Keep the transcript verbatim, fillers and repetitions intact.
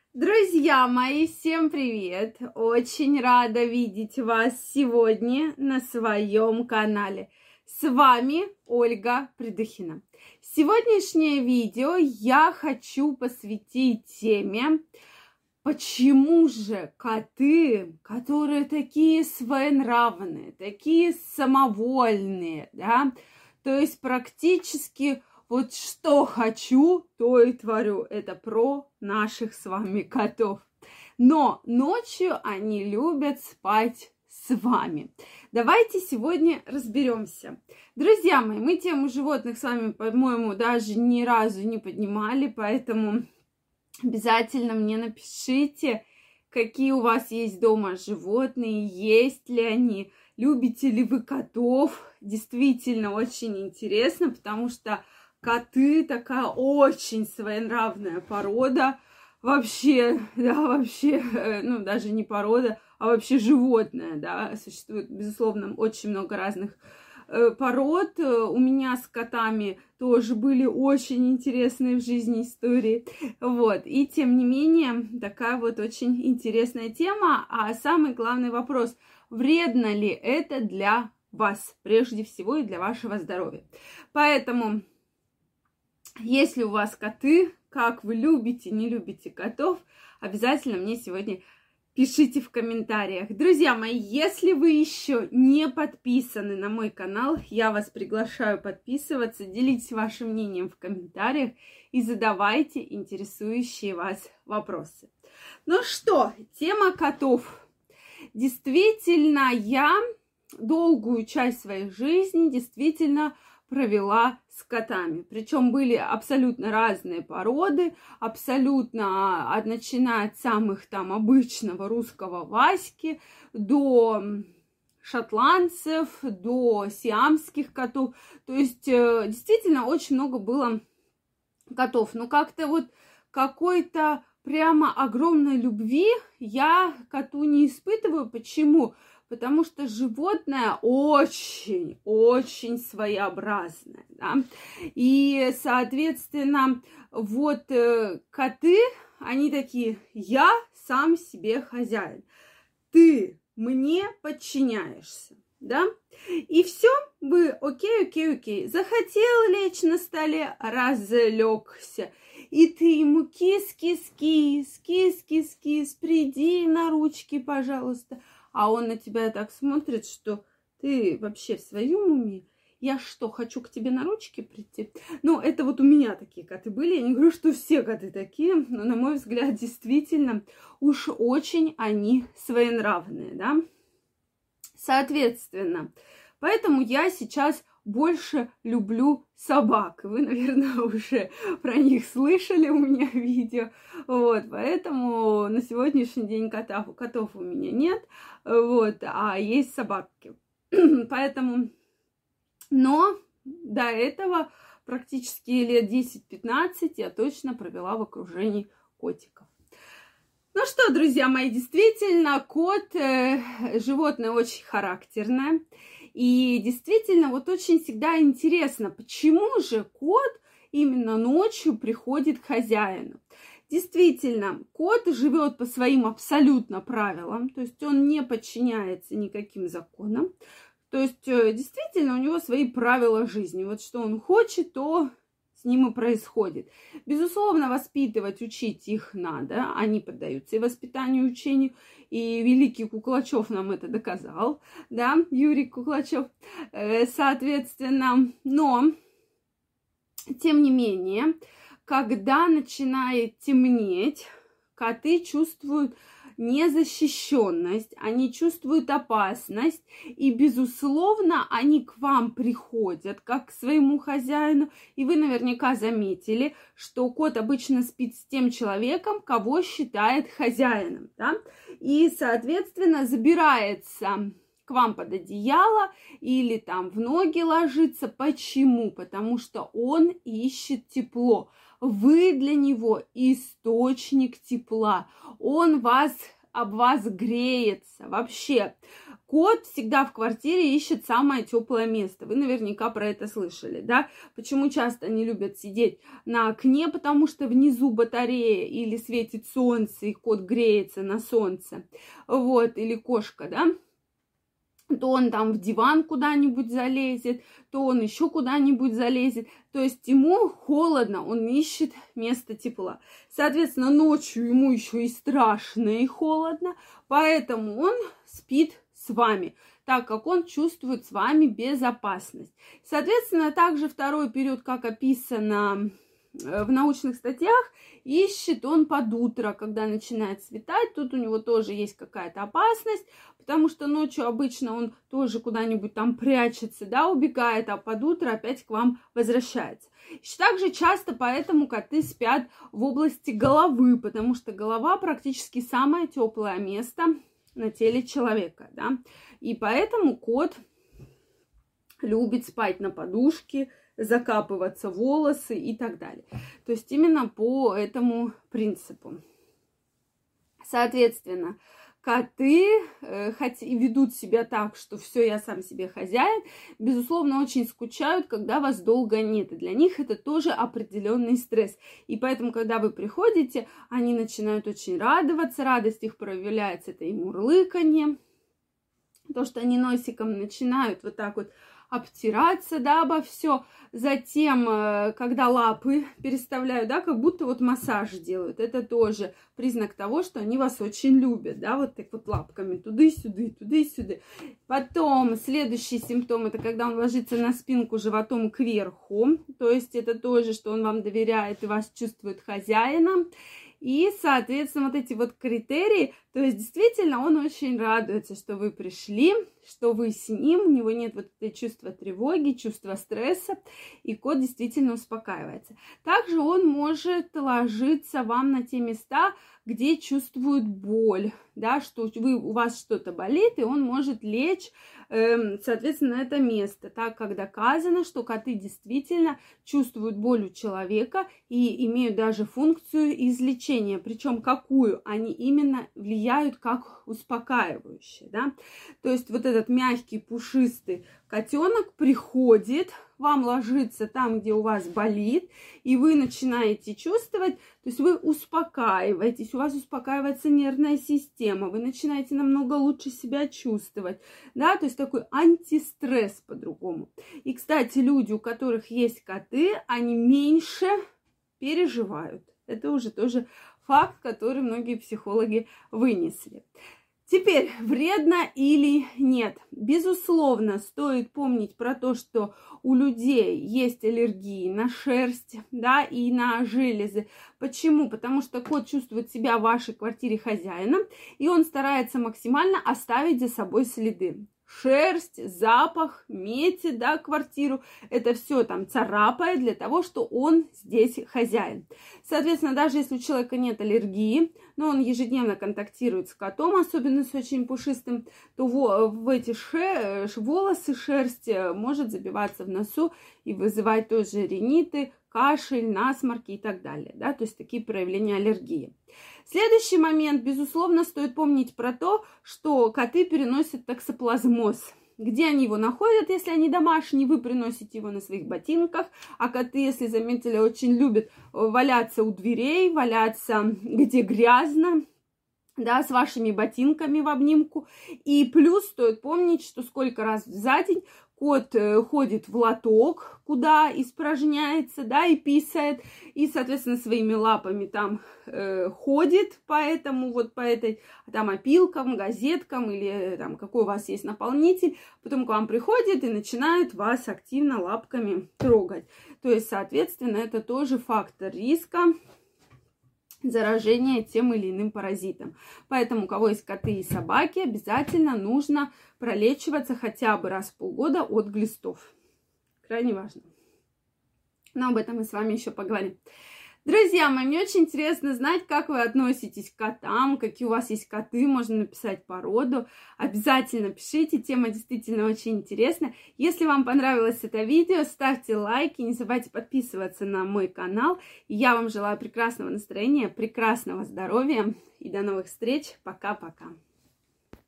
Друзья мои, всем привет! Очень рада видеть вас сегодня на своем канале. С вами Ольга Придухина. Сегодняшнее видео я хочу посвятить теме, почему же коты, которые такие своенравные, такие самовольные, да, то есть практически вот что хочу, то и творю. Это про наших с вами котов. Но ночью они любят спать с вами. Давайте сегодня разберемся. Друзья мои, мы тему животных с вами, по-моему, даже ни разу не поднимали, поэтому обязательно мне напишите, какие у вас есть дома животные, есть ли они, любите ли вы котов. Действительно очень интересно, потому что коты такая очень своенравная порода. Вообще, да, вообще, ну, даже не порода, а вообще животное, да. Существует, безусловно, очень много разных э, пород. У меня с котами тоже были очень интересные в жизни истории. Вот. И, тем не менее, такая вот очень интересная тема. А самый главный вопрос, вредно ли это для вас, прежде всего, и для вашего здоровья. Поэтому... Если у вас коты, как вы любите, не любите котов, обязательно мне сегодня пишите в комментариях. Друзья мои, если вы еще не подписаны на мой канал, я вас приглашаю подписываться, делитесь вашим мнением в комментариях и задавайте интересующие вас вопросы. Ну что, тема котов. Действительно, я долгую часть своей жизни действительно провела с котами. Причем были абсолютно разные породы, абсолютно, начиная от самых там обычного русского Васьки до шотландцев, до сиамских котов. То есть действительно очень много было котов. Но как-то вот какой-то прямо огромной любви я к коту не испытываю. Почему? Потому что животное очень-очень своеобразное, да? И, соответственно, вот э, коты, они такие, я сам себе хозяин, ты мне подчиняешься, да? И все, вы окей, окей, окей, захотел лечь на столе, разлегся. И ты ему кис-кис-кис, кис-кис-кис, приди на ручки, пожалуйста. А он на тебя так смотрит, что ты вообще в своем уме? Я что, хочу к тебе на ручки прийти? Ну, это вот у меня такие коты были. Я не говорю, что все коты такие, но, на мой взгляд, действительно, уж очень они своенравные, да? Соответственно, поэтому я сейчас больше люблю собак. Вы, наверное, уже про них слышали у меня видео. Вот, поэтому на сегодняшний день котов, котов у меня нет. Вот, а есть собаки. Поэтому, но до этого практически лет десять-пятнадцать я точно провела в окружении котиков. Ну что, друзья мои, действительно, кот э, животное очень характерное. И действительно, вот очень всегда интересно, почему же кот именно ночью приходит к хозяину. Действительно, кот живет по своим абсолютно правилам, то есть он не подчиняется никаким законам. То есть действительно у него свои правила жизни. Вот что он хочет, то с ним и происходит. Безусловно, воспитывать, учить их надо. Они поддаются и воспитанию, и учению. И великий Куклачев нам это доказал. Да, Юрий Куклачев. Соответственно, но, тем не менее, когда начинает темнеть, коты чувствуют незащищенность, они чувствуют опасность, и, безусловно, они к вам приходят, как к своему хозяину, и вы наверняка заметили, что кот обычно спит с тем человеком, кого считает хозяином, да? И, соответственно, забирается к вам под одеяло или там в ноги ложится. Почему? Потому что он ищет тепло. Вы для него источник тепла. Он вас, об вас греется. Вообще, Кот всегда в квартире ищет самое теплое место. Вы наверняка про это слышали, да? Почему часто они любят сидеть на окне? Потому что внизу батарея или светит солнце, и кот греется на солнце. Вот, или кошка, да? То он там в диван куда-нибудь залезет, то он еще куда-нибудь залезет. То есть ему холодно, он ищет место тепла. Соответственно, ночью ему еще и страшно, и холодно, поэтому он спит с вами, так как он чувствует с вами безопасность. Соответственно, также второй период, как описано в научных статьях, ищет он под утро, когда начинает светать. Тут у него тоже есть какая-то опасность, потому что ночью обычно он тоже куда-нибудь там прячется, да, убегает, а под утро опять к вам возвращается. Также часто поэтому коты спят в области головы, потому что голова практически самое теплое место на теле человека, да, и поэтому кот любит спать на подушке, закапываться в волосы и так далее. То есть именно по этому принципу. Соответственно, коты э, хоть и ведут себя так, что все, я сам себе хозяин, безусловно, очень скучают, когда вас долго нет. И для них это тоже определенный стресс. И поэтому, когда вы приходите, они начинают очень радоваться. Радость их проявляется, это и мурлыканье. То, что они носиком начинают вот так вот обтираться, да, обо все. Затем, когда лапы переставляют, да, как будто вот массаж делают. Это тоже признак того, что они вас очень любят, да, вот так вот лапками туда-сюда, туда-сюда. Потом следующий симптом, это когда он ложится на спинку животом кверху. То есть это тоже, что он вам доверяет и вас чувствует хозяином. И, соответственно, вот эти вот критерии, то есть действительно он очень радуется, что вы пришли, что вы с ним, у него нет вот этой чувства тревоги, чувства стресса, и кот действительно успокаивается. Также он может ложиться вам на те места, где чувствует боль, да, что вы, у вас что-то болит, и он может лечь, э, соответственно, на это место, так как доказано, что коты действительно чувствуют боль у человека и имеют даже функцию излечения, причем какую? Они именно влияют как успокаивающие, да, то есть вот этот мягкий, пушистый котенок приходит, вам ложится там, где у вас болит, и вы начинаете чувствовать, то есть вы успокаиваетесь, у вас успокаивается нервная система, вы начинаете намного лучше себя чувствовать, да, то есть такой антистресс по-другому. И, кстати, люди, у которых есть коты, они меньше переживают. Это уже тоже факт, который многие психологи вынесли. Теперь, вредно или нет? Безусловно, стоит помнить про то, что у людей есть аллергии на шерсть, да, и на железы. Почему? Потому что кот чувствует себя в вашей квартире хозяином, и он старается максимально оставить за собой следы. Шерсть, запах, метит, да, квартиру, это все там царапает для того, что он здесь хозяин. Соответственно, даже если у человека нет аллергии, но он ежедневно контактирует с котом, особенно с очень пушистым, то в эти ше, волосы, шерсть может забиваться в носу и вызывать тоже риниты, кашель, насморки и так далее, да, то есть такие проявления аллергии. Следующий момент, безусловно, стоит помнить про то, что коты переносят токсоплазмоз. Где они его находят, если они домашние, вы приносите его на своих ботинках, а коты, если заметили, очень любят валяться у дверей, валяться где грязно, да, с вашими ботинками в обнимку. И плюс стоит помнить, что сколько раз за день кот ходит в лоток, куда испражняется, да, и писает, и, соответственно, своими лапами там э, ходит по этому, вот по этой, там, опилкам, газеткам или там какой у вас есть наполнитель, потом к вам приходит и начинает вас активно лапками трогать. То есть, соответственно, это тоже фактор риска заражения тем или иным паразитом. Поэтому, у кого есть коты и собаки, обязательно нужно пролечиваться хотя бы раз в полгода от глистов. Крайне важно. Но об этом мы с вами еще поговорим. Друзья мои, мне очень интересно знать, как вы относитесь к котам, какие у вас есть коты, можно написать породу. Обязательно пишите, тема действительно очень интересная. Если вам понравилось это видео, ставьте лайки, не забывайте подписываться на мой канал. Я вам желаю прекрасного настроения, прекрасного здоровья и до новых встреч. Пока-пока.